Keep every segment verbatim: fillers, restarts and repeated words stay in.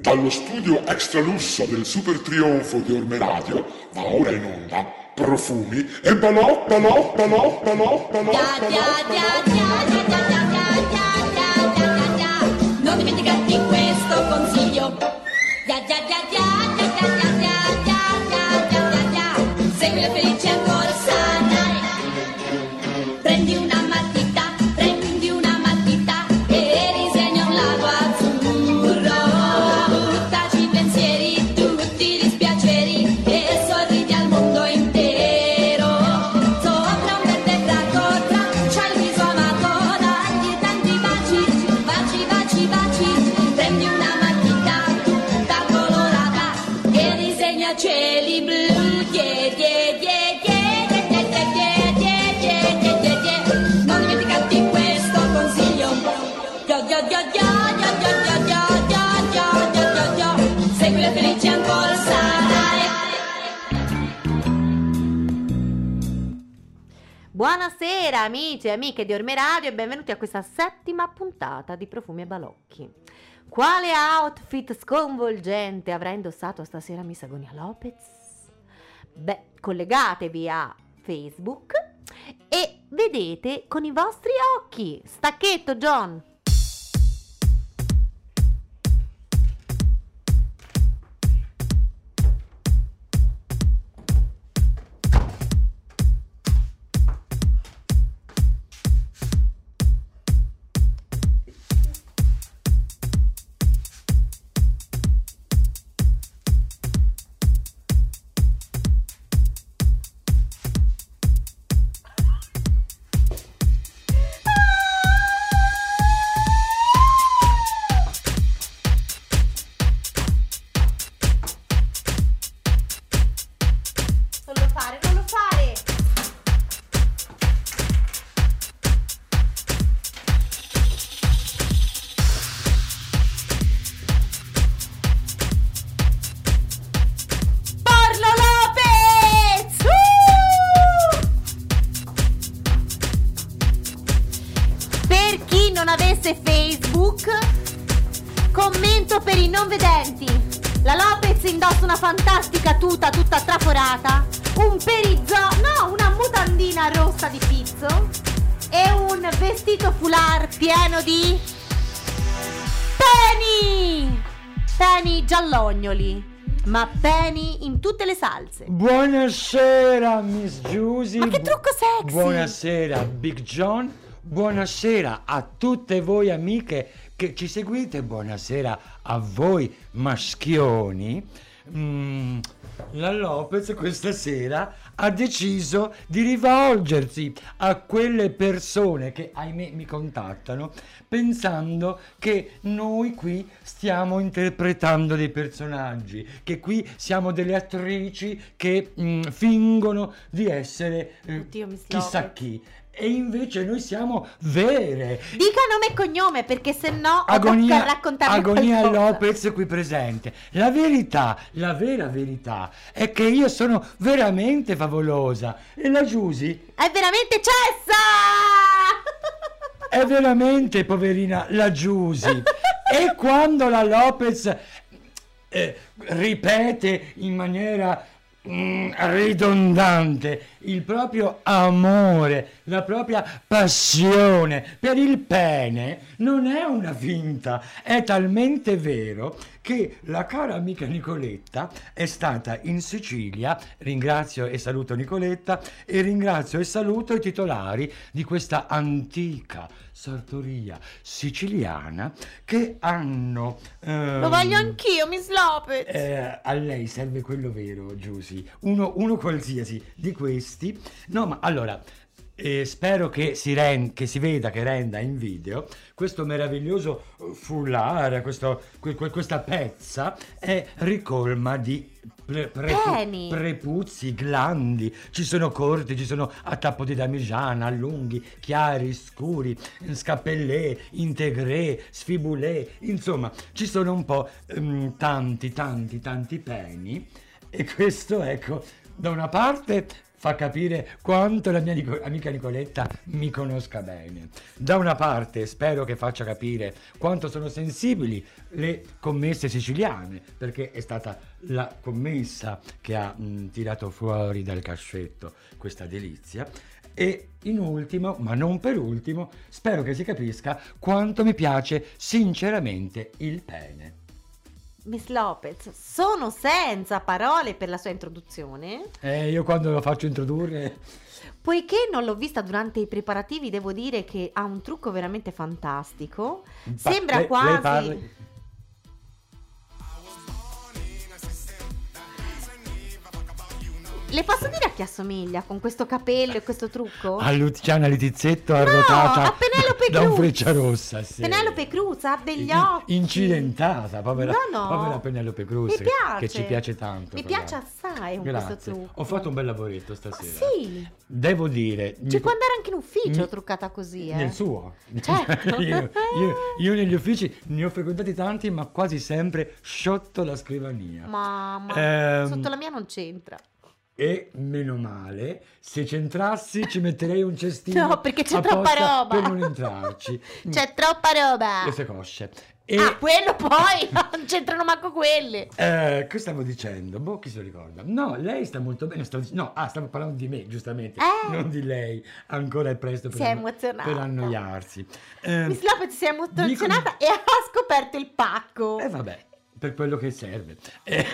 Dallo studio extra lusso del super trionfo di Orme Radio va ora in onda Profumi e balò, balò, balò, balò, balò, non dimenticarti questo consiglio. Segui la felice corsa, dai. Prendi una matita, prendi una matita e disegna un lago azzurro. Buttaci i pensieri, tutti i dispiaceri e sorridi al mondo intero. Sopra un verde prato, traccia il viso amato, dagli e tanti baci, baci, baci, baci. Prendi una matita tutta colorata e disegna cieli blu. Yeah, yeah, yeah, yeah, yeah, yeah, yeah, yeah, yeah, yeah, yeah. Non dimenticarti questo consiglio. Yo, yo, yo, yo, yo, yo, yo, yo, yo, yo, yo, yo. Segui la felice ancora sarai. Buonasera amici e amiche di Orme Radio e benvenuti a questa settima puntata di Profumi e Balocchi. Quale outfit sconvolgente avrà indossato stasera Miss Agonia Lopez? Beh, collegatevi a Facebook e vedete con i vostri occhi. Stacchetto, John! Commento per i non vedenti. La Lopez indossa una fantastica tuta tutta traforata, un perizò, no, una mutandina rossa di pizzo e un vestito foulard pieno di peni! Peni giallognoli, ma peni in tutte le salse. Buonasera Miss Giusy. Ma che trucco sexy! Buonasera Big John. Buonasera a tutte voi amiche che ci seguite, buonasera a voi maschioni. Mm, la Lopez questa sera ha deciso di rivolgersi a quelle persone che ahimè mi contattano pensando che noi qui stiamo interpretando dei personaggi, che qui siamo delle attrici che mm, fingono di essere eh, Oddio, mi chissà slope. chi. E invece noi siamo vere. Dica nome e cognome perché se no Agonia, tocca raccontarmi Agonia qualcosa. Lopez qui presente. La verità, la vera verità è che io sono veramente favolosa e la Giusy È veramente cessa! è veramente poverina la Giusy. E quando la Lopez eh, ripete in maniera Mm, ridondante il proprio amore, la propria passione per il pene, non è una finta, è talmente vero che la cara amica Nicoletta è stata in Sicilia. Ringrazio e saluto Nicoletta e ringrazio e saluto i titolari di questa antica sartoria siciliana che hanno ehm, Lo voglio anch'io, Miss Lopez. eh, a lei serve quello vero, Giusy, uno, uno qualsiasi di questi. No, ma allora eh, spero che si, ren- che si veda, che renda in video questo meraviglioso foulard, questo, que- que- questa pezza è ricolma di pre- pre- Peni. prepuzzi, glandi. Ci sono corti, ci sono a tappo di damigiana, lunghi, chiari, scuri, scappellé, intégré, sfibulé, insomma ci sono un po' ehm, tanti tanti tanti peni. E questo, ecco, da una parte fa capire quanto la mia Nico- amica Nicoletta mi conosca bene. Da una parte spero che faccia capire quanto sono sensibili le commesse siciliane, perché è stata la commessa che ha mh, tirato fuori dal cascetto questa delizia. E in ultimo, ma non per ultimo, spero che si capisca quanto mi piace sinceramente il pene. Miss Lopez, sono senza parole per la sua introduzione. Eh, io quando lo faccio introdurre... Poiché non l'ho vista durante i preparativi, devo dire che ha un trucco veramente fantastico. Pa- Sembra lei- quasi... lei parli- Le posso dire a chi assomiglia con questo capello e questo trucco? A Luciana Litizzetto arrotata a Penelope da un Cruz. Frecciarossa, sì. Penelope Cruz ha degli In- occhi incidentata, povera, No, no. povera Penelope Cruz, Mi piace. che ci piace tanto. Mi però. piace assai con Grazie. questo trucco. Ho fatto un bel lavoretto Ma stasera. sì, Devo dire, mi- ci può andare anche in ufficio mi- truccata così, eh. nel suo. Certo. io, io- io negli uffici ne ho frequentati tanti, ma quasi sempre sotto la scrivania. Mamma, Ehm, sotto la mia non c'entra. E meno male, se c'entrassi ci metterei un cestino No, perché c'è apposta troppa roba. per non entrarci. C'è troppa roba. Queste cosce. E Ah, quello poi, non c'entrano manco quelli. eh, che stavo dicendo? Boh, chi se lo ricorda? No, lei sta molto bene. Stavo, dic- no, ah, stavo parlando di me, giustamente, Eh. non di lei. Ancora è presto per, Si è anno- emozionata. per annoiarsi. Eh, Miss Lopez si è emozionata e ha scoperto il pacco. Eh vabbè, per quello che serve. Eh,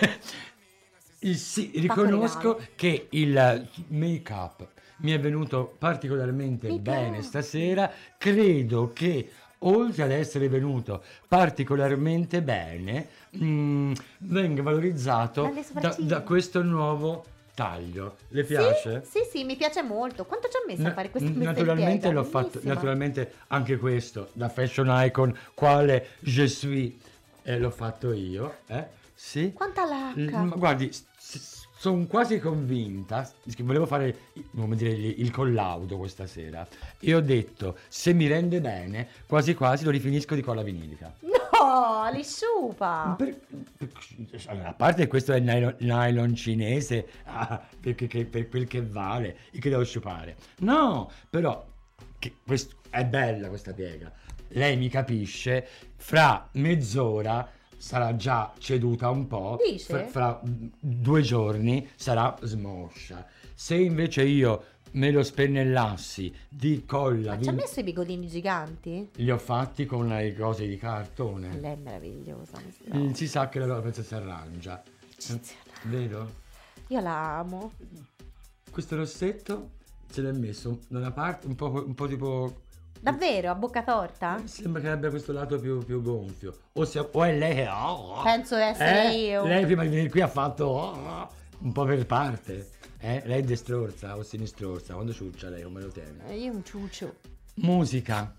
il- sì, Pacco riconosco regalo. che il make-up mi è venuto particolarmente Mi bene piace. stasera. Credo che, oltre ad essere venuto particolarmente bene, mh, venga valorizzato Dalle da, sopracciglia. da questo nuovo taglio. Le piace? Sì, sì, sì, mi piace molto. Quanto ci ha messo a Na- fare questa messa in naturalmente piega? l'ho fatto, Bellissima. naturalmente anche questo da fashion icon quale je suis, eh, l'ho fatto io, eh? Sì. Quanta L- lacca. ma guardi, sono quasi convinta che volevo fare, come dire, il il collaudo questa sera e ho detto, se mi rende bene, quasi quasi lo rifinisco di colla vinilica. No, li sciupa. Per- per- allora, a parte che questo è il nylon, nylon cinese, ah, perché, che- per quel che vale, il che devo sciupare. No, però che questo- è bella questa piega. Lei mi capisce, fra mezz'ora sarà già ceduta un po', Dice? fra, fra due giorni sarà smoscia. Se invece io me lo spennellassi di colla, Ma ci ha vin- messo i bigodini giganti? li ho fatti con le cose di cartone. Lei è meravigliosa. Miss Mm, Lopez. Si sa che la Lopez si arrangia, Eccezionale. vero? Io la amo. Questo rossetto ce l'ha messo da una parte un po', un po' tipo... Davvero, a bocca torta? Sembra che abbia questo lato più, più gonfio. O, se- o è lei che... oh, oh. Penso essere Eh? io. Lei prima di venire qui ha fatto oh, oh, un po' per parte. Eh? Lei è destrorsa o sinistrorsa? Quando ciuccia lei, come lo tiene? Eh, Io un ciuccio. Musica.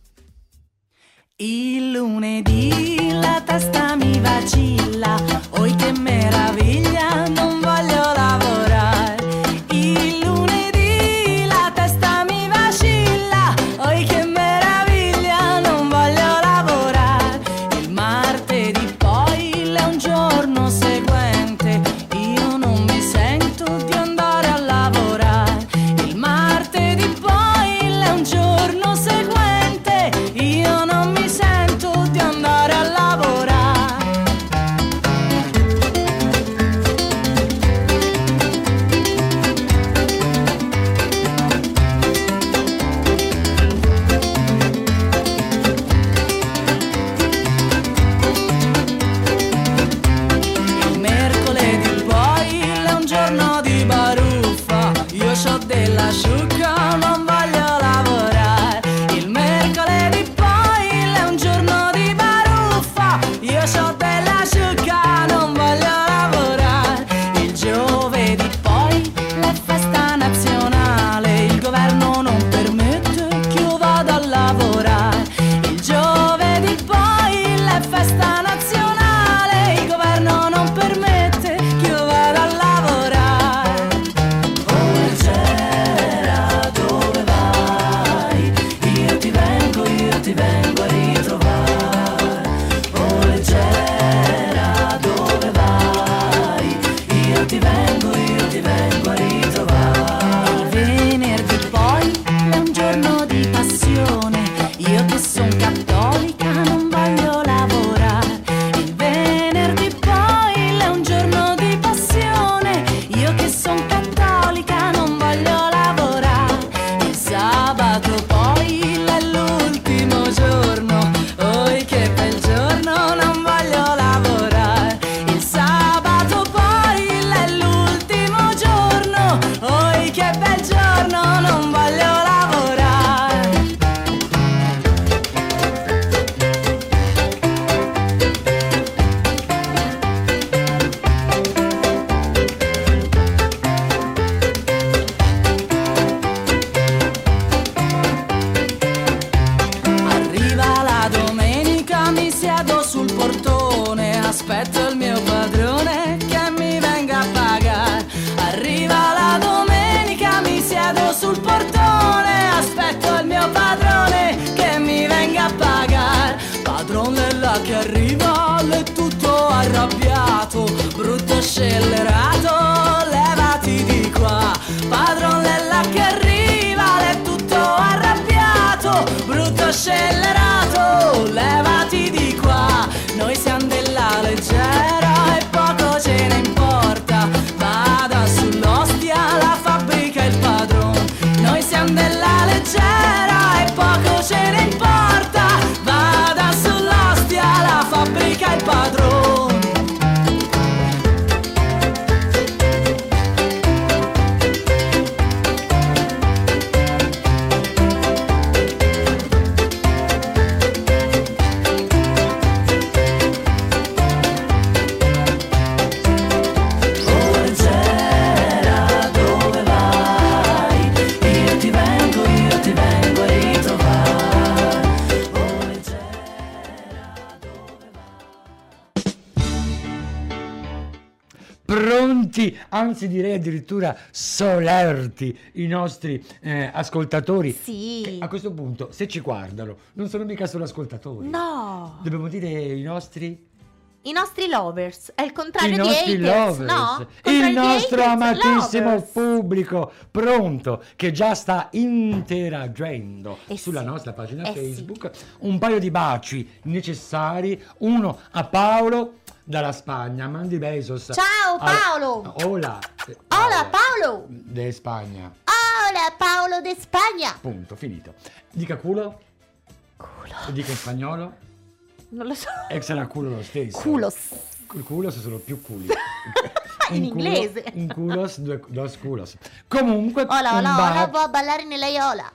Il lunedì la testa mi vacilla, oi che meraviglia, non voglio lavorare. Il lunedì la testa mi vacilla, oi che meraviglia, non voglio lavorare. Il martedì poi è un giorno seguente, io non mi sento di andare a lavorare. Il martedì poi è un giorno seguente, io non mi sento di andare a lavorare. scellerato, levati di qua. Noi siamo della leggera e poco ce ne importa. Vada sull'ostia, la fabbrica il padron. Noi siamo della leggera e poco ce ne importa. Vada sull'ostia, la fabbrica il padron. Pronti, anzi direi addirittura solerti i nostri eh, ascoltatori. Sì. Che a questo punto, se ci guardano, non sono mica solo ascoltatori. No. Dobbiamo dire i nostri... I nostri lovers, è il contrario I di nostri haters, lovers, no? il nostro amatissimo lovers. pubblico pronto che già sta interagendo Eh sulla sì, nostra pagina eh Facebook. Un paio di baci necessari, uno a Paolo dalla Spagna, mandi besos. Ciao, al- Paolo. Hola. Hola Paolo. De Spagna. Hola Paolo de Spagna. Punto, finito. Dica culo. Culo. Dica in spagnolo. Non lo so. E sarà culo lo stesso. Culos. Il culos sono più culi. In Un culo- inglese. Un culos, due, dos culos. Comunque, Hola, un hola, ba- hola, può ballare nella iola.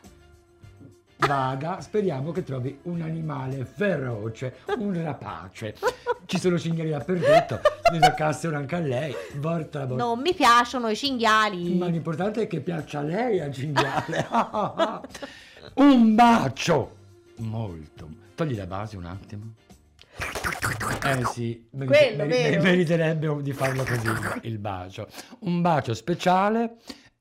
vada, speriamo che trovi un animale feroce, un rapace. Ci sono cinghiali dappertutto, ne toccassero anche a lei. Volta la volta. Non mi piacciono i cinghiali. Ma l'importante è che piaccia a lei a cinghiale. Un bacio. Molto. Togli la base un attimo. Eh sì, meri- Quello, meri- vero? meriterebbe di farlo così, il bacio. Un bacio speciale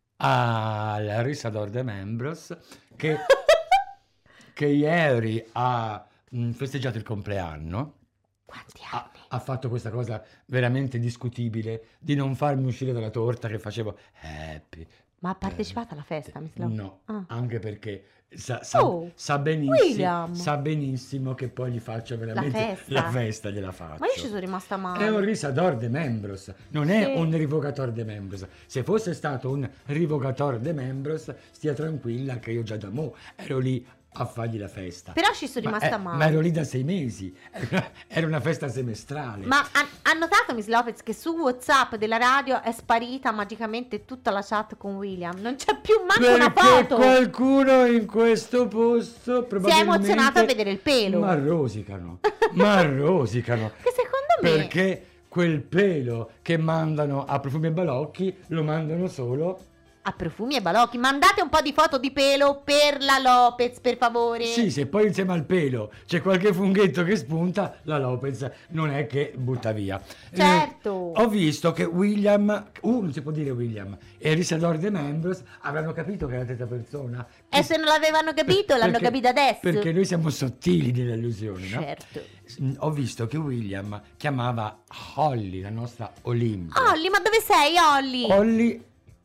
al Risador de Membros che, che ieri ha mh, festeggiato il compleanno. Quanti Ha, anni? ha fatto questa cosa veramente discutibile di non farmi uscire dalla torta che facevo happy. Ma ha partecipato alla festa, mi sembra? No, Ah. anche perché sa, sa- Oh, sa benissimo, William. sa benissimo che poi gli faccio veramente festa? la festa, gliela faccio. Ma io ci sono rimasta male. È un risador de membros, non è Sì. un rivocator de membros. Se fosse stato un rivocator de membros, stia tranquilla che io già da mo' ero lì a fargli la festa. Però ci sono Ma, rimasta eh, male. ma ero lì da sei mesi, era una, era una festa semestrale. Ma ha, ha notato Miss Lopez che su WhatsApp della radio è sparita magicamente tutta la chat con William? Non c'è più manco una Perché foto. qualcuno in questo posto probabilmente emozionato a vedere il pelo. Ma rosicano, ma rosicano. Che secondo me Perché quel pelo che mandano a Profumi e Balocchi lo mandano solo. a Profumi e Balocchi, mandate un po' di foto di pelo per la Lopez, per favore. Sì, se poi insieme al pelo c'è qualche funghetto che spunta, la Lopez non è che butta via. Certo. Eh, ho visto che William, uh, non si può dire William, e Risador de Membros avranno capito che è la terza persona. E se non l'avevano capito, l'hanno Perché- capito adesso. Perché noi siamo sottili nelle allusioni, no? Certo. S- Ho visto che William chiamava Holly, la nostra Olimpia. Olli, ma dove sei, Olli? Holly.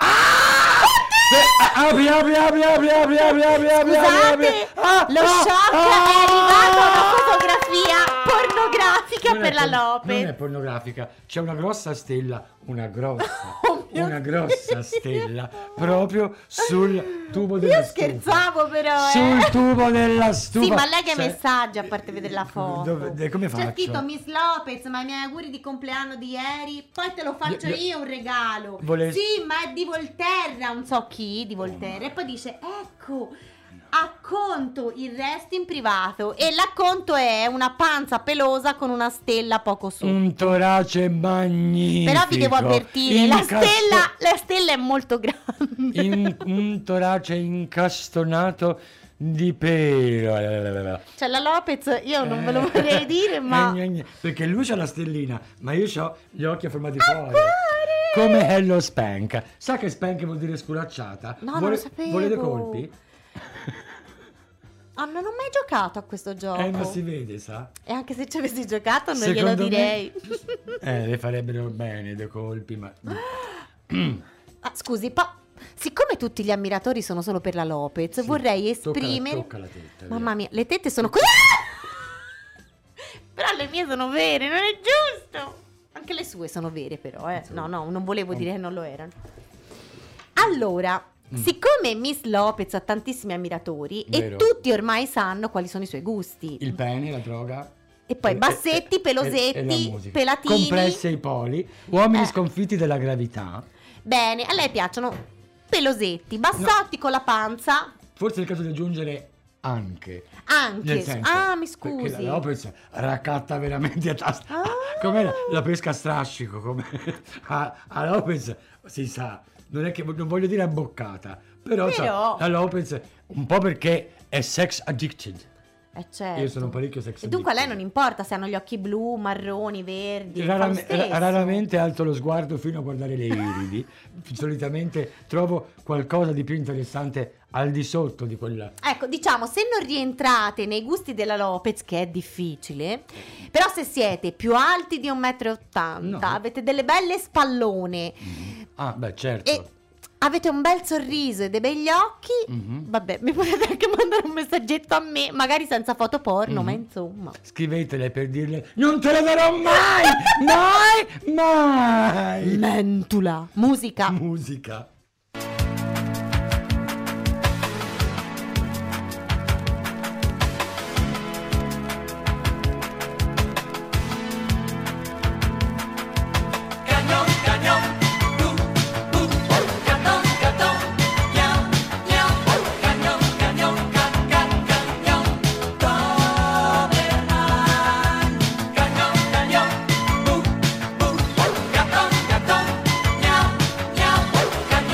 Ah! Apri, apri, apri, apri, apri, apri, apri, apri, apri, Scusate, ah, lo ah, shock ah, è arrivato a una ah. fotografia pornografica Non è per la por- Lopez. Non è pornografica, c'è una grossa stella, una grossa, Oh mio una Dio. grossa stella proprio sul tubo della Io stufa. scherzavo però, eh. Sul tubo della stufa. Sì, ma lei che Cioè- messaggia a parte vedere la foto? Dove- de- come C'è faccio? scritto Miss Lopez, ma i miei auguri di compleanno di ieri, poi te lo faccio Io- io- io un regalo. Vole- Sì, ma è di Volterra, non so chi di Volterra. E poi dice, ecco, acconto il resto in privato. E l'acconto è una panza pelosa con una stella poco su. Un torace magnifico. Però vi devo avvertire, la Incasto- stella, la stella è molto grande. in- un torace incastonato di pelo. Cioè la Lopez, io non ve lo Eh. vorrei dire, ma... Eh, gne, gne. Perché lui c'ha la stellina, ma io ho gli occhi a forma di cuore. Come Hello Spank. Sa che Spank vuol dire sculacciata? No, non Vuole- lo sapevo. Volete colpi? Ah, non ho mai giocato a questo gioco. Eh, ma si vede, sa? E anche se ci avessi giocato non Secondo glielo me- direi. Eh, le farebbero bene dei colpi, ma... Ah, scusi, po- siccome tutti gli ammiratori sono solo per la Lopez, Sì, vorrei tocca la- esprimere... tocca la tetta, Mamma via. mia, le tette sono così... Però le mie sono vere, non è giusto. Anche le sue sono vere però, eh. No, no, non volevo dire che non lo erano. Allora, Mm. siccome Miss Lopez ha tantissimi ammiratori Vero. e tutti ormai sanno quali sono i suoi gusti. Il pene, la droga. E poi e- bassetti, e- pelosetti, e- e la musica. pelatini. Compresse i poli, uomini Eh. sconfitti dalla gravità. Bene, a lei piacciono pelosetti, bassotti con la panza, Forse è il caso di aggiungere anche. anche. Nel senso, Ah, mi perché scusi. la Lopez raccatta veramente a tasta. Ah. Com'è la, la pesca a strascico? Come a, a Lopez si sa, non è che non voglio dire abboccata, però, sa, Però- la Lopez un po' perché è sex addicted. Eh, certo. Io sono parecchio sex E dunque a lei addicted. non importa se hanno gli occhi blu, marroni, verdi. fa lo Rarame- stesso. ra- raramente alzo lo sguardo fino a guardare le iridi. Solitamente trovo qualcosa di più interessante al di sotto di quella. Ecco, diciamo, se non rientrate nei gusti della Lopez, che è difficile, però se siete più alti di un metro e ottanta, No. avete delle belle spallone Ah, beh, certo. e avete un bel sorriso e dei begli occhi, Mhm. vabbè, mi potete anche mandare un messaggetto a me, magari senza foto porno, Mhm. ma insomma. Scrivetele per dirle non te la darò mai, mai, mai. Mentula, musica. Musica. Cañón, cañón, tú, tú, catón, catón, ñau, ñau, cañón, cañón, can, can, cañón, Doberman. Cañón, cañón, tú, tú, catón, catón, ñau, ñau, cañón,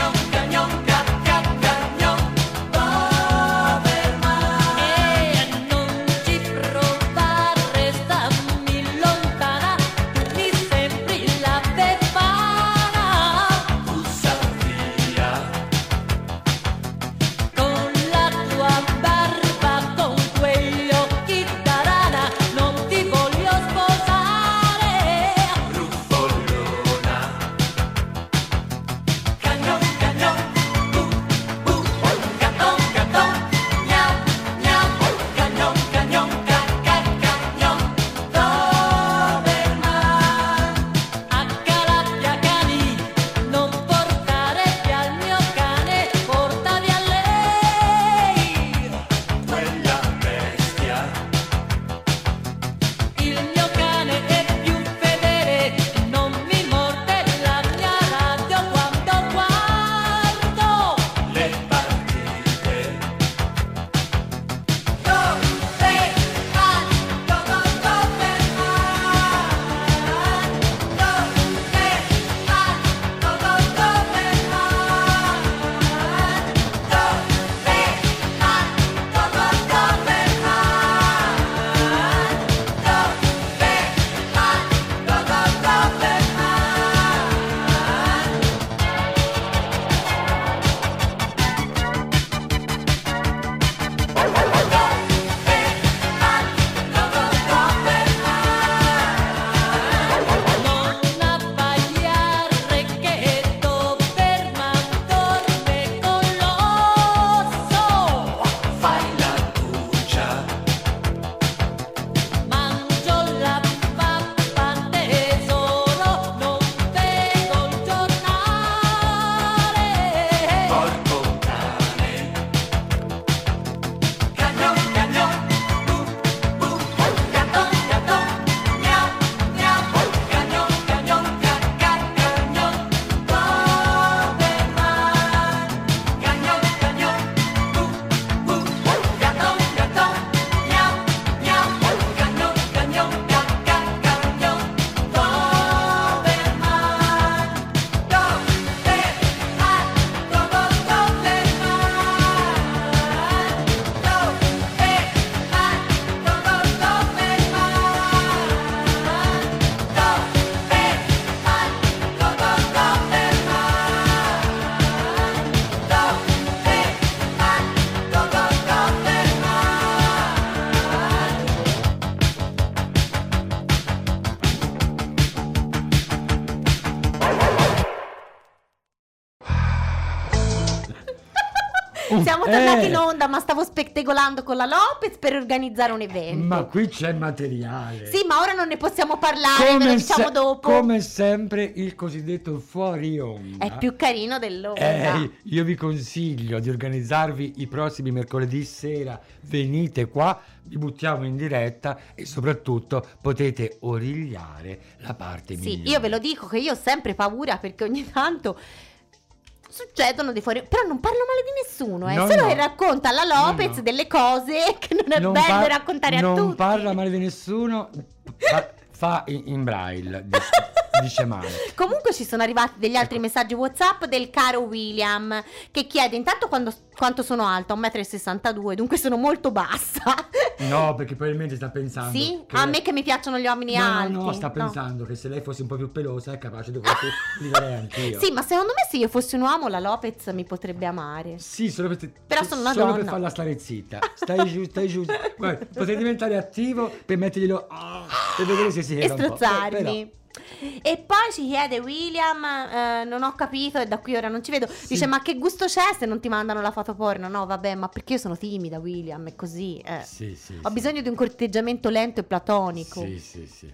un- Siamo tornati eh. in onda, ma stavo spettegolando con la Lopez per organizzare un evento. Ma qui c'è materiale. Sì, ma ora non ne possiamo parlare, ve lo diciamo se- dopo. come sempre il cosiddetto fuori onda. È più carino dell'onda. Eh, io vi consiglio di organizzarvi i prossimi mercoledì sera, venite qua, vi buttiamo in diretta e soprattutto potete origliare la parte Sì, migliore. io ve lo dico che io ho sempre paura perché ogni tanto succedono dei fuori, però non parlo male di nessuno, eh. No, Solo no. che racconta alla Lopez No, no. delle cose che non è Non bello par- raccontare a non tutti. parla male di nessuno, fa, fa in, in braille, dice, dice male. Comunque ci sono arrivati degli altri messaggi WhatsApp del caro William che chiede intanto quando- quanto sono alta, un metro e sessantadue, dunque sono molto bassa. No, perché probabilmente sta pensando Sì? che A lei- me che mi piacciono gli uomini no, alti. no, no, sta pensando che se lei fosse un po' più pelosa è capace di vivere anch'io. Sì, ma secondo me se io fossi un uomo la Lopez mi potrebbe amare. Sì, solo per, Però sono una solo donna. per farla stare zitta. Stai giù, stai giù. Guarda, potrei diventare attivo per metterglielo ah, per vedere se si E era un po'. strozzarmi. E poi ci chiede William, eh, non ho capito e da qui ora non ci vedo. Dice ma che gusto c'è se non ti mandano la foto porno? No vabbè, ma perché io sono timida William, è così eh. Sì, sì, Ho sì. bisogno di un corteggiamento lento e platonico. Sì, sì, sì.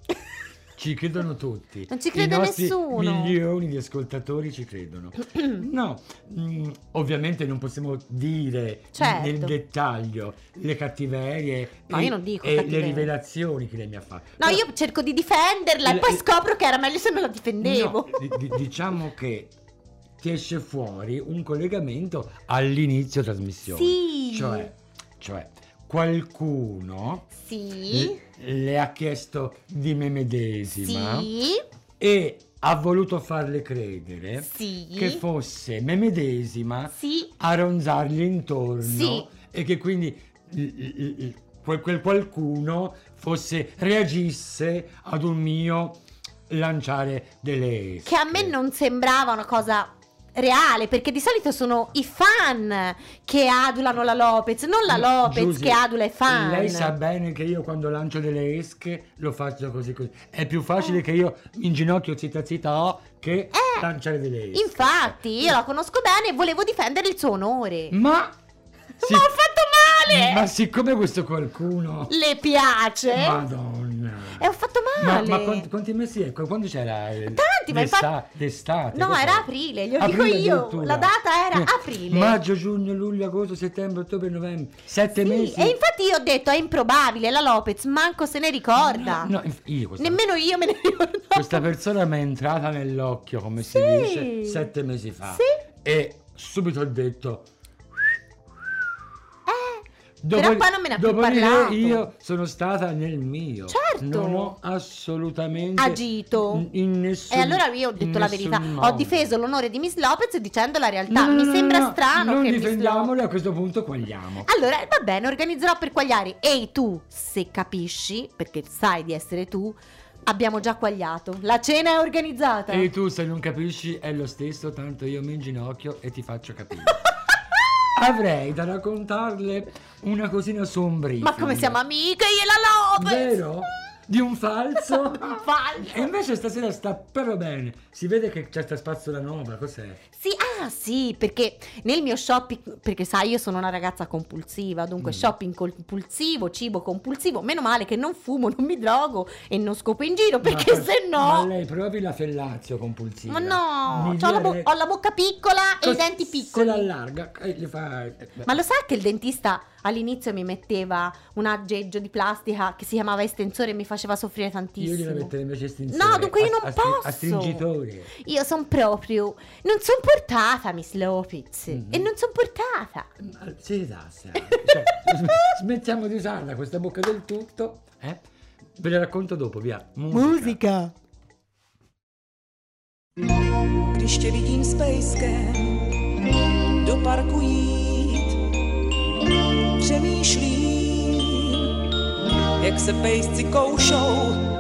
Ci credono tutti. Non ci crede I nostri nessuno. milioni di ascoltatori ci credono. No, mm, ovviamente non possiamo dire Certo. nel dettaglio le cattiverie No, e, io non dico e le cattiverie. rivelazioni che lei mi ha fatto. No, Però- io cerco di difenderla e Le- poi scopro che era meglio se me la difendevo. No, di- di- diciamo che ti esce fuori un collegamento all'inizio trasmissione. Sì. Cioè, cioè qualcuno Sì. l- le ha chiesto di me medesima Sì. e ha voluto farle credere Sì. che fosse me medesima Sì. a ronzargli intorno Sì. e che quindi il- il- il- quel, quel qualcuno fosse reagisse ad un mio lanciare delle esche. Che a me non sembrava una cosa reale, perché di solito sono i fan che adulano la Lopez, non la Lopez Giusy, che adula i fan. Lei sa bene che io quando lancio delle esche lo faccio così così. È più facile che io in ginocchio zitta zitta oh, che Eh, lanciare delle esche. Infatti, io la conosco bene e volevo difendere il suo onore. Ma Ma ho fatto male! Ma siccome questo qualcuno Le piace? Madonna. E ho fatto Ma, male. ma quanti, quanti mesi è? Quando c'era? il- Tanti, ma l'esta- infatti- L'estate? No, cos'era? era aprile, glielo dico Aprile io. addirittura. La data era Eh, aprile. Maggio, giugno, luglio, agosto, settembre, ottobre, novembre. Sette Sì, mesi. e infatti io ho detto è improbabile, la Lopez manco se ne ricorda. No, inf- io questa, Nemmeno io me ne ricordavo. questa persona mi è entrata nell'occhio, come si Sì. dice, sette mesi fa. Sì. E subito ho detto... Eh, Dopo- però poi non me ne ha più dopodiché parlato. io sono stata nel mio. Certo. Non ho assolutamente Agito. in- in nessun E allora io ho detto in la nessun verità, ho modo. difeso l'onore di Miss Lopez dicendo la realtà. No, no, Mi no, sembra no, strano non che Miss difendiamole, Lopez... a questo punto quagliamo. Allora, va bene, organizzerò per quagliare. Ehi tu, se capisci, perché sai di essere tu, abbiamo già quagliato. La cena è organizzata. E tu se non capisci è lo stesso, tanto io mi inginocchio e ti faccio capire. Avrei da raccontarle una cosina sombrissima. Ma come siamo amiche io e la Lopez? Vero? Di un falso? Un falso. E invece stasera sta proprio bene. Si vede che c'è sta spazzola nuova, cos'è? Sì, ah sì, perché nel mio shopping, perché sai io sono una ragazza compulsiva, dunque Mm. shopping compulsivo, cibo compulsivo, meno male che non fumo, non mi drogo e non scopo in giro, perché Ma- se Ma no... lei provi la fellazio compulsiva. Ma no, Mi c'ho la bo- viene- ho la bocca piccola e i Cos- denti Se piccoli. la allarga e le fa... Ma lo sa che il dentista all'inizio mi metteva un aggeggio di plastica che si chiamava estensore e mi faceva soffrire Io tantissimo. gliela metterei invece estensore. No, dunque io non a, a stri- posso. A stringitore. Io sono proprio... Non sono portata, Miss Lopez. Mhm. E non sono portata. Ma si tassa. Cioè, sm- smettiamo di usarla questa bocca del tutto. Eh? Ve la racconto dopo, via. Musica. Když tě vidím s pejskem do parku jít, přemýšlím, jak se pejsci koušou.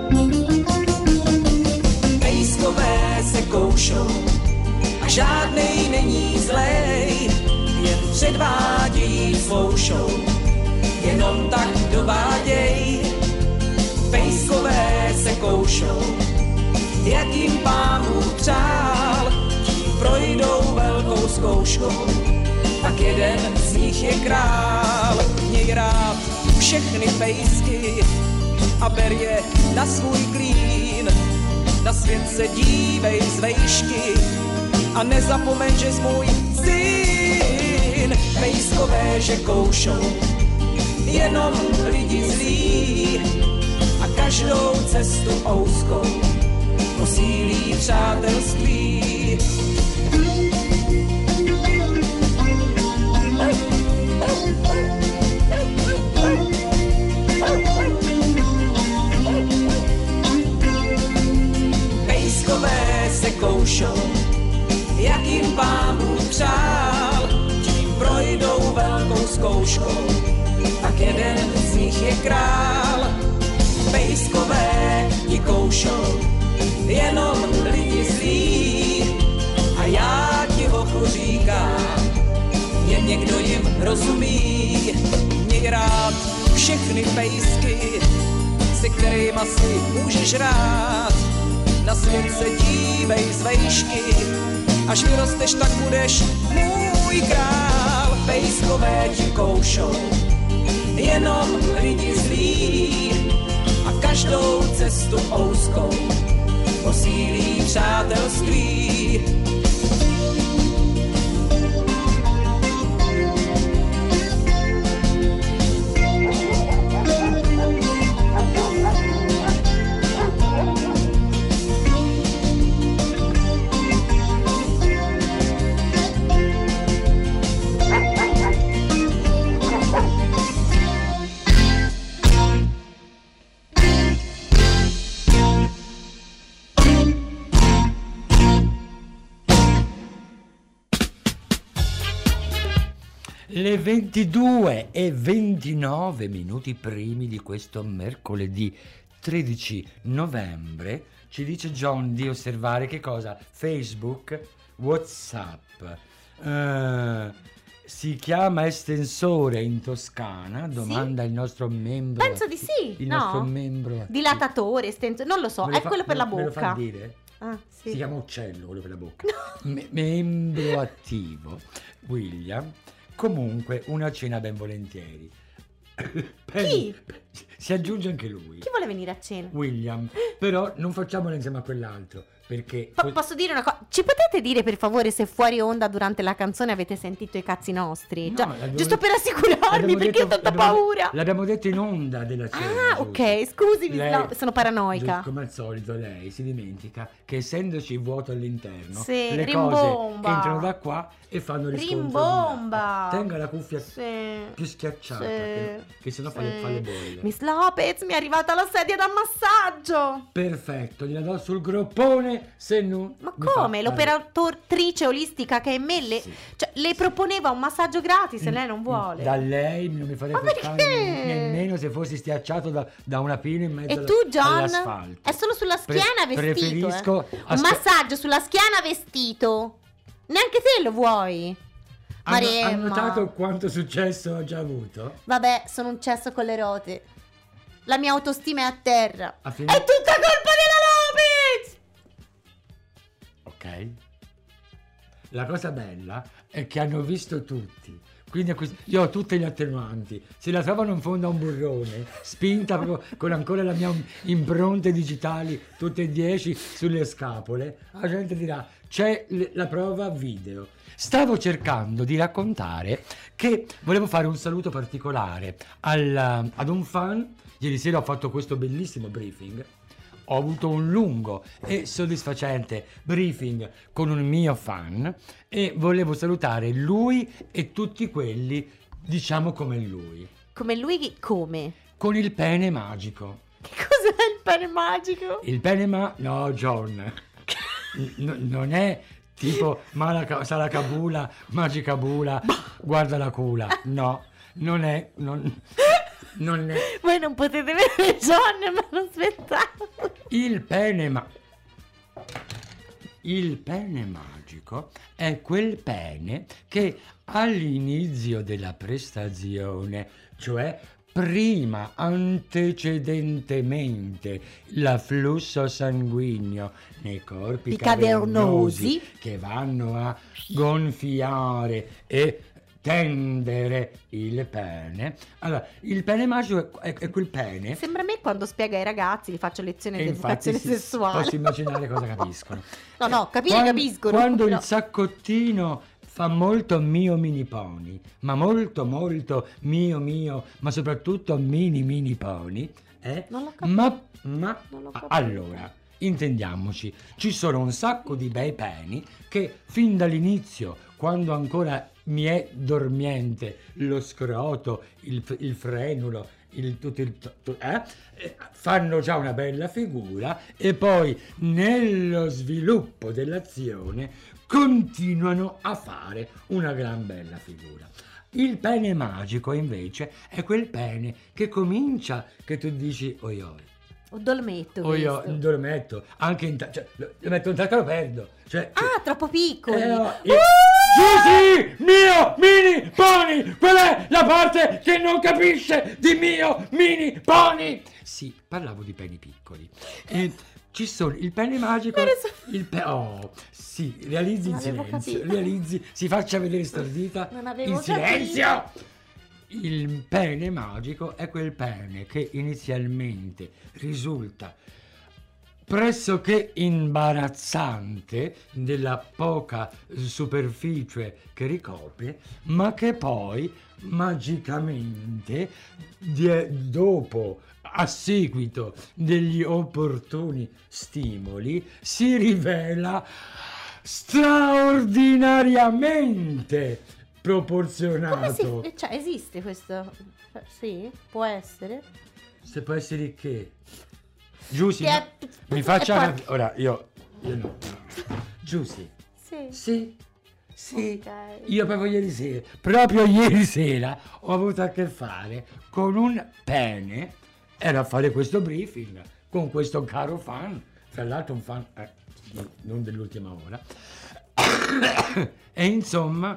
Pejskové se koušou a žádnej není zlej, jen předvádějí svou show, jenom tak dováděj. Pejskové se koušou, jak jim Pán Bůh přál, tím projdou velkou zkouškou, pak je jeden z nich je král. Měj rád všechny pejsky a ber je na svůj klín. Na svět se dívej z vejšky a nezapomeň, že jsi můj syn. Pejskové, že koušou jenom lidi zlí a každou cestu ouskou posílí přátelství. Pejskové se koušou, jak jim Pán Bůh přál, tím projdou velkou zkouškou, tak jeden z nich je král. Pejskové ti koušou, jenom lidi zlí a já ti hochu říkám, jen někdo jim rozumí. Měj rád všechny pejsky, se kterýma si můžeš rád. Na svět se dívej z vejšky, až vyrosteš, tak budeš můj král. Pejskové ti koušou, jenom lidi zlí a každou cestu ouskou posílí přátelství. Le ventidue e ventinove minuti primi di questo mercoledì tredici novembre ci dice John di osservare che cosa? Facebook, WhatsApp, eh, si chiama estensore in Toscana, domanda Sì? il nostro membro. Penso di sì, il no? nostro membro. Dilatatore, estensore, non lo so, Me lo è fa- quello per me la lo- me lo fa bocca. dire? Ah, sì. Si chiama uccello quello per la bocca. Me- membro attivo, William. Comunque una cena ben volentieri. Penny, si aggiunge anche lui. Chi vuole venire a cena? William, però non facciamolo insieme a quell'altro, perché Po- posso dire una cosa? Ci potete dire per favore se fuori onda durante la canzone avete sentito i cazzi nostri? No, Già, l'abbiamo- giusto per assicurarmi, l'abbiamo perché detto- ho tanta l'abbiamo- paura. L'abbiamo detto in onda della cena. Ah, giusto? ok, scusami, Lei- no, sono paranoica. giusto, come al solito lei si dimentica che essendoci vuoto all'interno, Sì, le rimbomba. cose entrano da qua e fanno riscontro. Rimbomba. Tenga la cuffia Sì. più schiacciata, Sì. che, che sennò fa, le, Sì. fa le bolle. Miss Lopez, mi è arrivata la sedia da massaggio. Perfetto, gliela do sul groppone se non... Ma mi fa- come? L'operatrice olistica che è me le, Sì. cioè, le proponeva un massaggio gratis e lei non vuole. Da lei non mi farei Ma pescare perché? nemmeno se fossi schiacciato da, da una pina in mezzo E alla- tu, John? all'asfalto. È solo sulla Pre- schiena vestito. preferisco eh. Un aspe- massaggio sulla schiena vestito. Neanche te lo vuoi. Hanno, Maremma. hanno notato quanto successo ho già avuto? Vabbè, sono un cesso con le rote. La mia autostima è a terra. A fine- È tutta colpa della Lopez! Ok. La cosa bella è che hanno visto tutti. Quindi è così- io ho tutte le attenuanti. Se la trovano in fondo a un burrone, spinta proprio con ancora la mia impronte digitali, tutte e dieci sulle scapole, la gente dirà c'è l- la prova video. Stavo cercando di raccontare che volevo fare un saluto particolare al- ad un fan. Ieri sera ho fatto questo bellissimo briefing. Ho avuto un lungo e soddisfacente briefing con un mio fan e volevo salutare lui e tutti quelli, diciamo come lui, Come lui, come? con il pene magico. Che cos'è il pene magico? Il pene ma... No, John. N- non è tipo Malaca- Salacabula, Magicabula, guarda la cula. No, non è... Non, non è... Voi non potete vedere John, ma non aspettavo. Il pene ma... Il pene magico è quel pene che all'inizio della prestazione, cioè prima, antecedentemente, l'afflusso sanguigno nei corpi I cavernosi. cavernosi che vanno a gonfiare e tendere il pene. Allora, il pene magico è, è quel pene. Sembra a me quando spiega ai ragazzi, gli faccio lezioni E di infatti educazione si- sessuale. posso immaginare cosa capiscono. No, no, capire Quan- capiscono. Quando però- il saccottino fa molto mio mini pony, ma molto molto mio mio, ma soprattutto mini mini pony, eh? Non l'ho capito. Ma, ma Non l'ho capito. allora, intendiamoci, ci sono un sacco di bei peni che fin dall'inizio, quando ancora mi è dormiente lo scroto, il, il frenulo, il, tutto il, tu- eh? Eh, fanno già una bella figura e poi nello sviluppo dell'azione continuano a fare una gran bella figura. Il pene magico invece è quel pene che comincia, che tu dici oi oi. O dolmetto. O io questo. lo metto anche in ta- cioè, lo, lo metto in tasca e lo perdo. Cioè, Ah, troppo piccoli. eh, no, io- Giusy, mio mini pony, quella è la parte che non capisce di mio mini pony. Sì, parlavo di peni piccoli. E ci sono il pene magico, Me ne so- il pe- oh, sì, realizzi in Non avevo silenzio, capito. realizzi, si faccia vedere stordita Non avevo in capito. silenzio. Il pene magico è quel pene che inizialmente risulta pressoché imbarazzante della poca superficie che ricopre, ma che poi magicamente die- dopo, a seguito degli opportuni stimoli, si rivela straordinariamente Come proporzionato. si... Cioè, esiste questo? Sì, può essere. Se può essere che Giusy, Che è- mi faccia è una... par- ora io io no. Giusy, Sì. sì, sì, Ok. io proprio ieri sera, proprio ieri sera ho avuto a che fare con un pene, ero a fare questo briefing con questo caro fan, tra l'altro un fan eh, non dell'ultima ora, e insomma,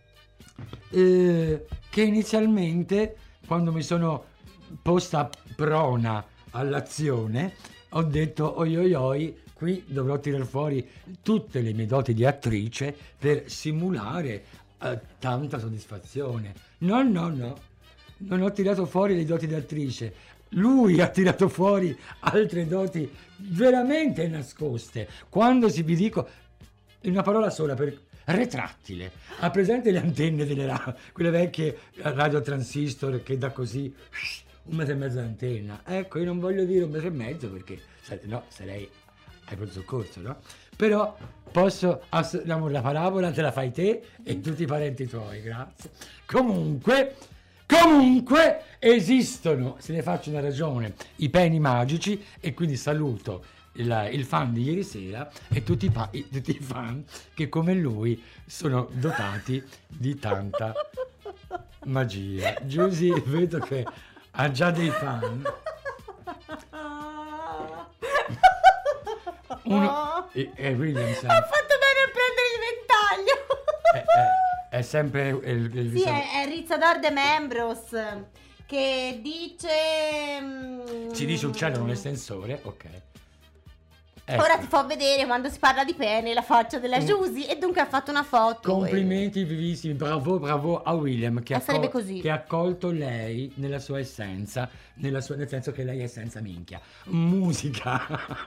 eh, che inizialmente quando mi sono posta prona all'azione ho detto oi oi oi, qui dovrò tirar fuori tutte le mie doti di attrice per simulare eh, tanta soddisfazione. No, no, no, non ho tirato fuori le doti di attrice, lui ha tirato fuori altre doti veramente nascoste. Quando si vi dico in una parola sola, per retrattile, ha presente le antenne delle ra- quelle vecchie radio transistor che dà così un metro e mezzo d'antenna? Ecco, io non voglio dire un metro e mezzo perché sai, no, sarei ai pronto soccorso, no? Però posso, ass- diciamo, la parabola te la fai te e tutti i parenti tuoi, grazie. Comunque, comunque esistono, se ne faccio una ragione, i peni magici, e quindi saluto il, il fan di ieri sera e tutti i, pa- i- tutti i fan che come lui sono dotati di tanta magia. Giusy, vedo che ha già dei fan. Uno è, è Williamson. Ha fatto bene a prendere il ventaglio. È, è- è sempre il, il Sì, è, è Rizzador de Membros che dice... mm, ci dice uccello un estensore, ok. Ecco. Ora ti fa vedere quando si parla di pene la faccia della Giusy e dunque ha fatto una foto. Complimenti vivissimi, bravo, bravo a William che, Eh, ha sarebbe col- così. che ha colto lei nella sua essenza, nella sua- nel senso che lei è senza minchia. Musica.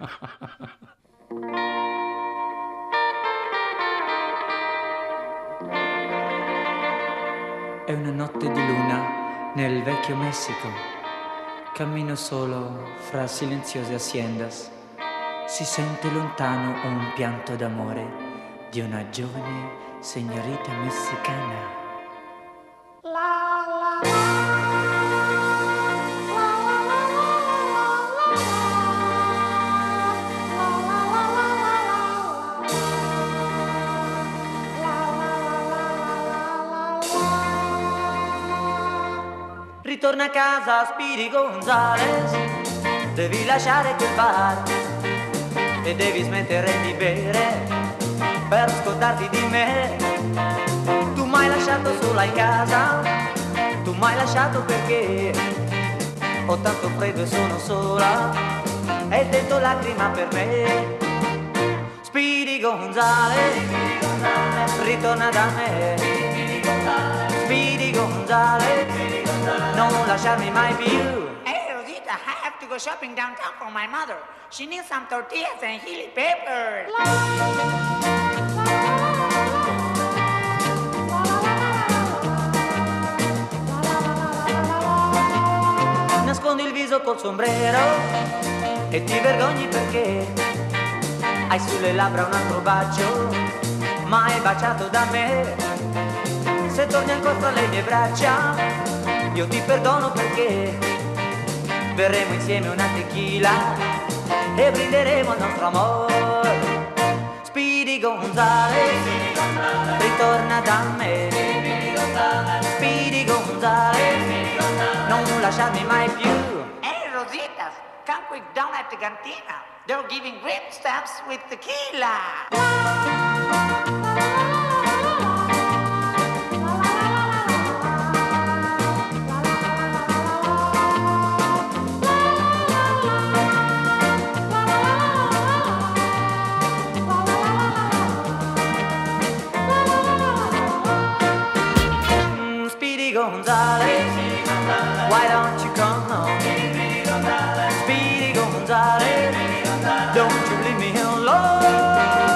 È una notte di luna nel vecchio Messico. Cammino solo fra silenziose haciendas. Si sente lontano un pianto d'amore di una giovane signorita messicana. Ritorna a casa, Speedy Gonzales. Devi lasciare quel bar e devi smettere di bere per scordarti di me. Tu m'hai lasciato sola in casa, tu m'hai lasciato perché ho tanto freddo e sono sola e dentro lacrima per me. Speedy Gonzales, ritorna da me. Speedy Gonzales, non lasciarmi mai più. Hey, Rosita, I have to go shopping downtown for my mother. She needs some tortillas and chili peppers. Nascondi il viso col sombrero e ti vergogni perché hai sulle labbra un altro bacio mai baciato da me. Se torni ancora fra le mie braccia io ti perdono perché berremo insieme una tequila e brinderemo al nostro amore. Speedy Gonzales, ritorna da me. Speedy Gonzales, non lasciarmi mai più. Hey, Rosita, come quick down at the cantina. They're giving grape stamps with tequila. Gonzales, why don't you come on? Speedy Gonzales, don't you leave me alone.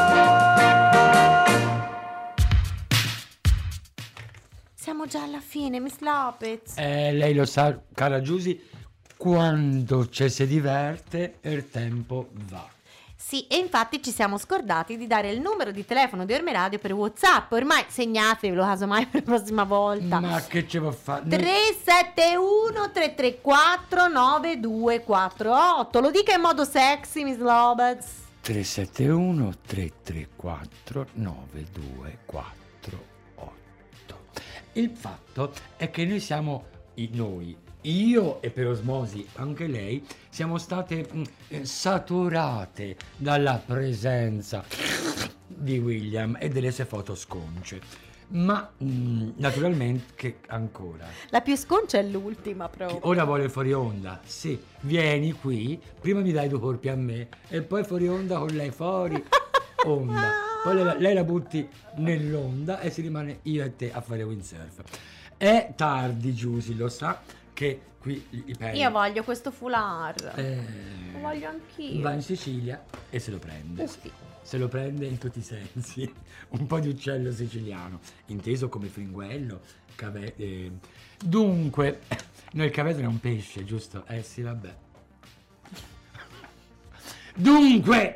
Siamo già alla fine, Miss Lopez. Eh, lei lo sa, cara Giusy, quando ci si diverte il tempo va. Sì, e infatti ci siamo scordati di dare il numero di telefono di Orme Radio per WhatsApp. Ormai segnatevelo casomai per la prossima volta. Ma che ce va a fare? tre sette uno tre tre quattro nove due quattro otto. Lo dica in modo sexy, Miss Lopez. tre sette uno tre tre quattro nove due quattro otto. Il fatto è che noi siamo i- noi io e per osmosi anche lei siamo state mh, eh, saturate dalla presenza di William e delle sue foto sconce, ma mh, naturalmente che ancora La più sconcia è l'ultima proprio. ora vuole fuori onda. Sì, vieni qui, prima mi dai due colpi a me e poi fuori onda con lei fuori onda, poi lei, la- lei la butti nell'onda e si rimane io e te a fare windsurf. È tardi, Giusy, lo sa che qui i i peli Io voglio questo foulard. eh, Lo voglio anch'io. va in Sicilia e se lo prende. Uffi. Se lo prende in tutti i sensi. Un po' di uccello siciliano, inteso come fringuello. Cave- eh. Dunque, no, il cavedro è un pesce, giusto? Eh sì, vabbè. Dunque,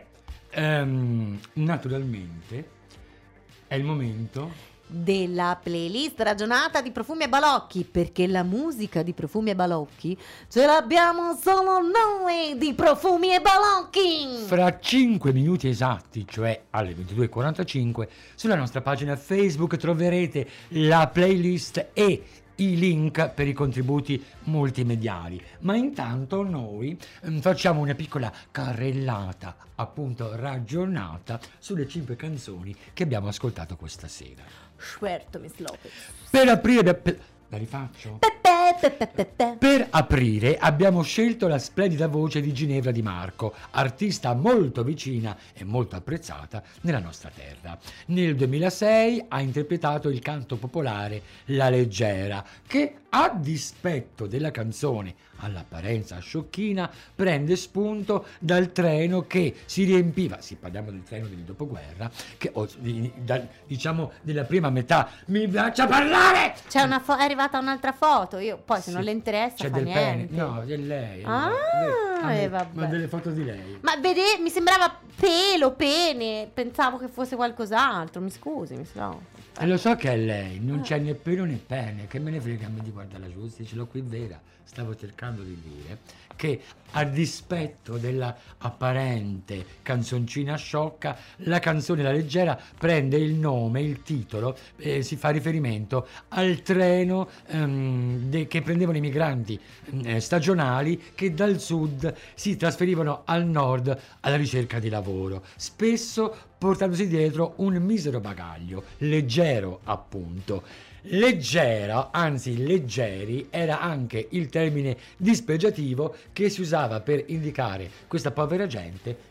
ehm, naturalmente, è il momento Della playlist ragionata di Profumi e Balocchi, perché la musica di Profumi e Balocchi ce l'abbiamo solo noi di Profumi e Balocchi. fra cinque minuti esatti, cioè alle ventidue e quarantacinque, sulla nostra pagina Facebook troverete la playlist e i link per i contributi multimediali. Ma intanto noi mm, facciamo una piccola carrellata, appunto ragionata, sulle cinque canzoni che abbiamo ascoltato questa sera. Certo, Miss Lopez. Per aprire... per- la rifaccio? Pepe, pepe, pepe. Per aprire abbiamo scelto la splendida voce di Ginevra Di Marco, artista molto vicina e molto apprezzata nella nostra terra. Nel duemilasei ha interpretato il canto popolare La Leggera, che a dispetto della canzone all'apparenza sciocchina prende spunto dal treno che si riempiva, sì, parliamo del treno del dopoguerra, che o, di- da- diciamo della prima metà. Mi piace parlare! C'è una fo- è arrivata un'altra foto. Io poi se Sì. non le interessa C'è fa del niente. pene, no, è lei. è Ah, lei. Ah, e ma- vabbè. ma delle foto di lei. Ma vede, mi sembrava pelo, pene. Pensavo che fosse qualcos'altro. Mi scusi, Miss Lopez. E lo so che è lei, non Ah. c'è né pelo né pene, che me ne frega a me di guardare la giusta, ce l'ho qui vera. Stavo cercando di dire che a dispetto della apparente canzoncina sciocca, la canzone La Leggera prende il nome, il titolo, eh, si fa riferimento al treno ehm, de- che prendevano i migranti eh, stagionali che dal sud si trasferivano al nord alla ricerca di lavoro, spesso portandosi dietro un misero bagaglio, leggero appunto. Leggera, anzi leggeri, era anche il termine dispregiativo che si usava per indicare questa povera gente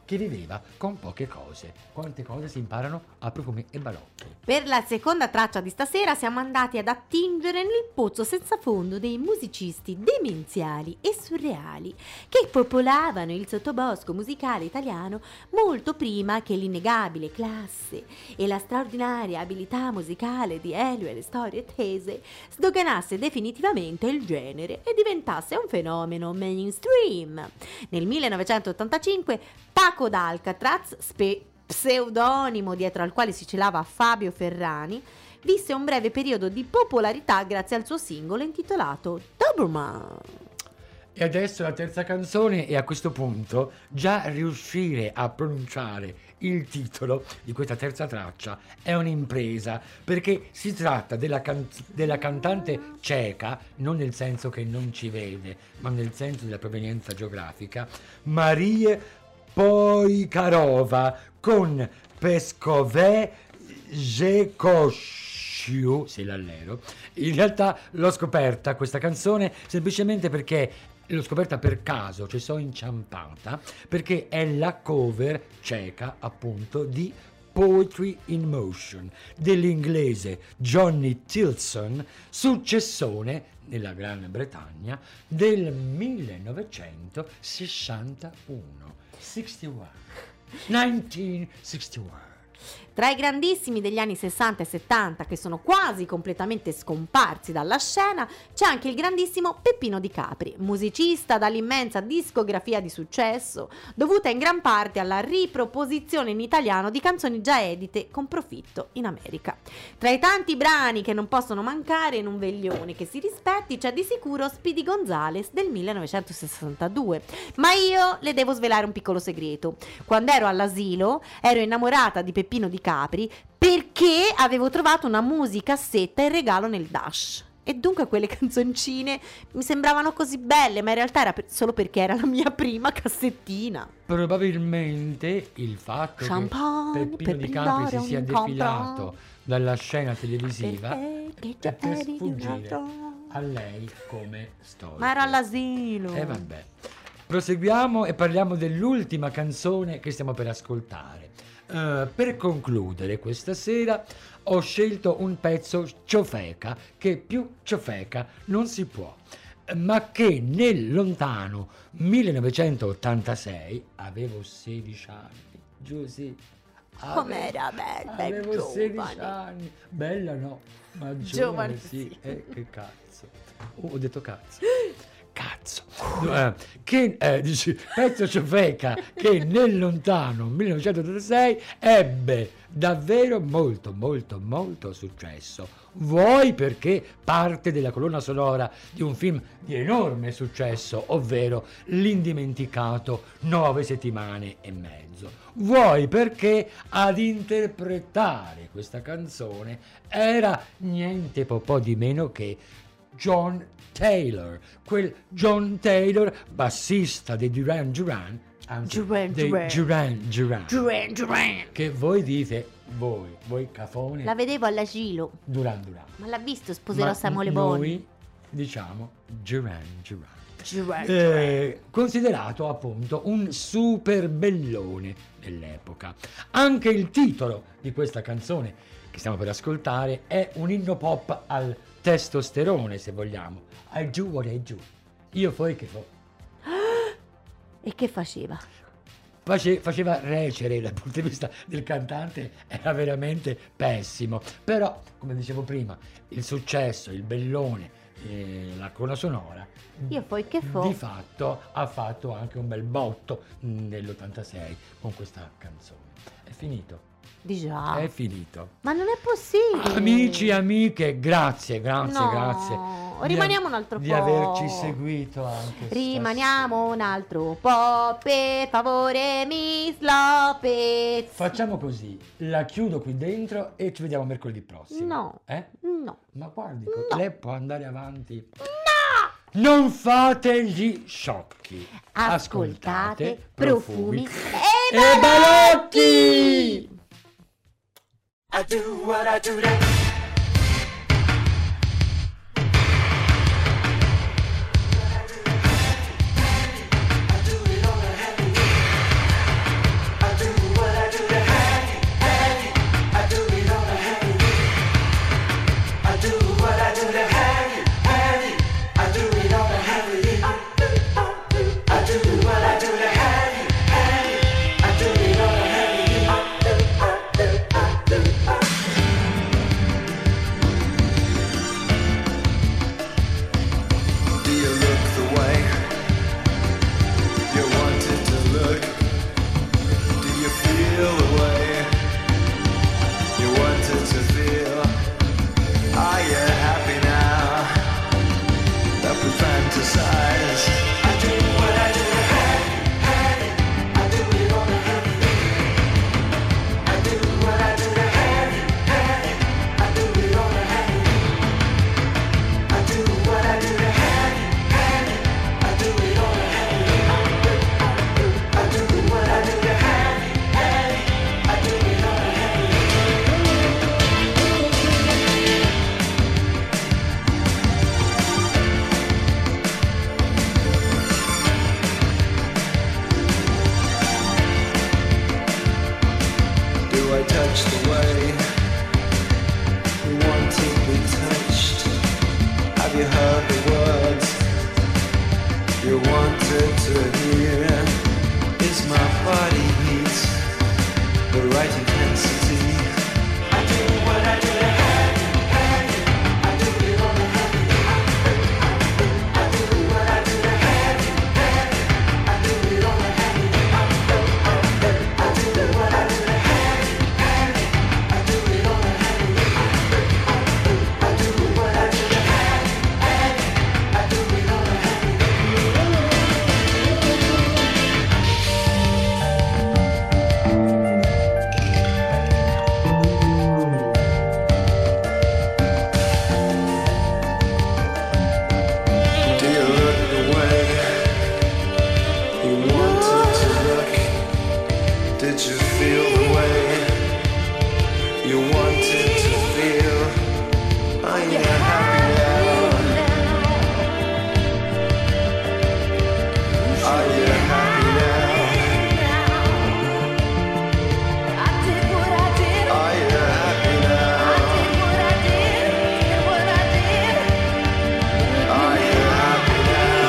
che viveva con poche cose. Quante cose si imparano a Profumi e Balocchi. Per la seconda traccia di stasera siamo andati ad attingere nel pozzo senza fondo dei musicisti demenziali e surreali che popolavano il sottobosco musicale italiano molto prima che l'innegabile classe e la straordinaria abilità musicale di Elio e le storie tese sdoganasse definitivamente il genere e diventasse un fenomeno mainstream. Nel millenovecentottantacinque Paco d'Alcatraz, spe- pseudonimo dietro al quale si celava Fabio Ferrani, visse un breve periodo di popolarità grazie al suo singolo intitolato Doberman. E adesso la terza canzone, e a questo punto già riuscire a pronunciare il titolo di questa terza traccia è un'impresa, perché si tratta della, can- della cantante ceca, non nel senso che non ci vede, ma nel senso della provenienza geografica, Marie Poikarova, con Peskové Žekoshiu, se l'allero. In realtà l'ho scoperta questa canzone semplicemente perché l'ho scoperta per caso, ci sono inciampata, perché è la cover ceca, appunto, di Poetry in Motion dell'inglese Johnny Tilson, successone nella Gran Bretagna del millenovecentosessantuno. sessantuno. millenovecentosessantuno. Tra i grandissimi degli anni sessanta e settanta, che sono quasi completamente scomparsi dalla scena, c'è anche il grandissimo Peppino Di Capri, musicista dall'immensa discografia di successo, dovuta in gran parte alla riproposizione in italiano di canzoni già edite con profitto in America. Tra i tanti brani che non possono mancare in un veglione che si rispetti c'è di sicuro Speedy Gonzales del millenovecentosessantadue, ma io le devo svelare un piccolo segreto. Quando ero all'asilo ero innamorata di Peppino Di Capri perché avevo trovato una musicassetta in regalo nel Dash e dunque quelle canzoncine mi sembravano così belle, ma in realtà era per- solo perché era la mia prima cassettina. Probabilmente il fatto Champagne che Peppino per Di Capri si brindare sia un defilato compro. dalla scena televisiva Perché è per eri sfuggire nato. a lei come storia. Ma ero all'asilo. E vabbè. Proseguiamo e parliamo dell'ultima canzone che stiamo per ascoltare. Uh, per concludere questa sera ho scelto un pezzo ciofeca, che più ciofeca non si può, ma che nel lontano millenovecentottantasei, avevo sedici anni, giù sì, avevo, Com'era bella, avevo giovane. sedici anni, bella no, ma giovane, Giovane, sì, sì. Eh, che cazzo, oh, ho detto cazzo. Cazzo, eh, che eh, dici, pezzo ciofeca che nel lontano millenovecentottantasei ebbe davvero molto molto molto successo, vuoi perché parte della colonna sonora di un film di enorme successo, ovvero l'indimenticato Nove settimane e mezzo, vuoi perché ad interpretare questa canzone era niente po' po' di meno che John Taylor, quel John Taylor, bassista dei Duran Duran, anzi Duran dei Duran. Duran Duran, Duran Duran. che voi dite, voi, voi cafone, La vedevo all'asilo, Duran Duran. ma l'ha visto, sposerò Ma Samuele Boni. noi diciamo Duran Duran. Duran Eh, considerato appunto un super bellone dell'epoca. Anche il titolo di questa canzone che stiamo per ascoltare è un inno pop al testosterone, se vogliamo. I do what I do. Io poi che fo. E che faceva? Face- faceva recere dal punto di vista del cantante, era veramente pessimo. Però, come dicevo prima, il successo, il bellone, eh, la colonna sonora, Io poi che fo? di fatto ha fatto anche un bel botto mh, nell'ottantasei con questa canzone. È finito. Di già. È finito. Ma non è possibile. Amici e amiche, grazie, grazie, No, grazie. rimaniamo di, un altro di po'. averci seguito anche Rimaniamo un altro po', per favore, Miss Lopez. stasera. Facciamo così, la chiudo qui dentro e ci vediamo mercoledì prossimo. No. Eh? No. Ma guardi, No. lei può andare avanti. No! Non fate gli sciocchi. Ascoltate Profumi e balocchi. I do what I do that. Do I touch the way you want to be touched? Have you heard the words you wanted to hear? Is my body heat the right intensity? I do what I do to have you, have you. I do it all to have you. I do what I do to have you, have you. I do it all to have you. I do what I do to have you, have you. I do it all to have you. I do what I do to have you, have you. I do it all to have you. Do you look the way you wanted to look? Did you feel the way you wanted to feel? Are you happy now? Are you happy now? Are you happy now? Are you happy now?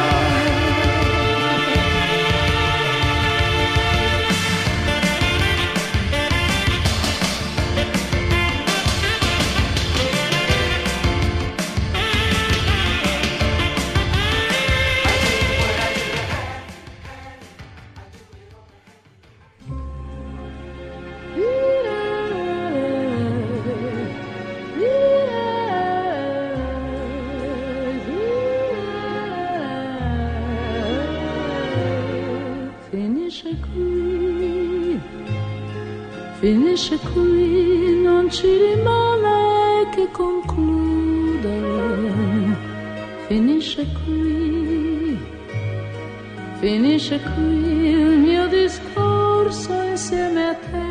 Finisce qui, finisce qui, non ci rimane che concludere. Finisce qui, finisce qui il mio discorso insieme a te.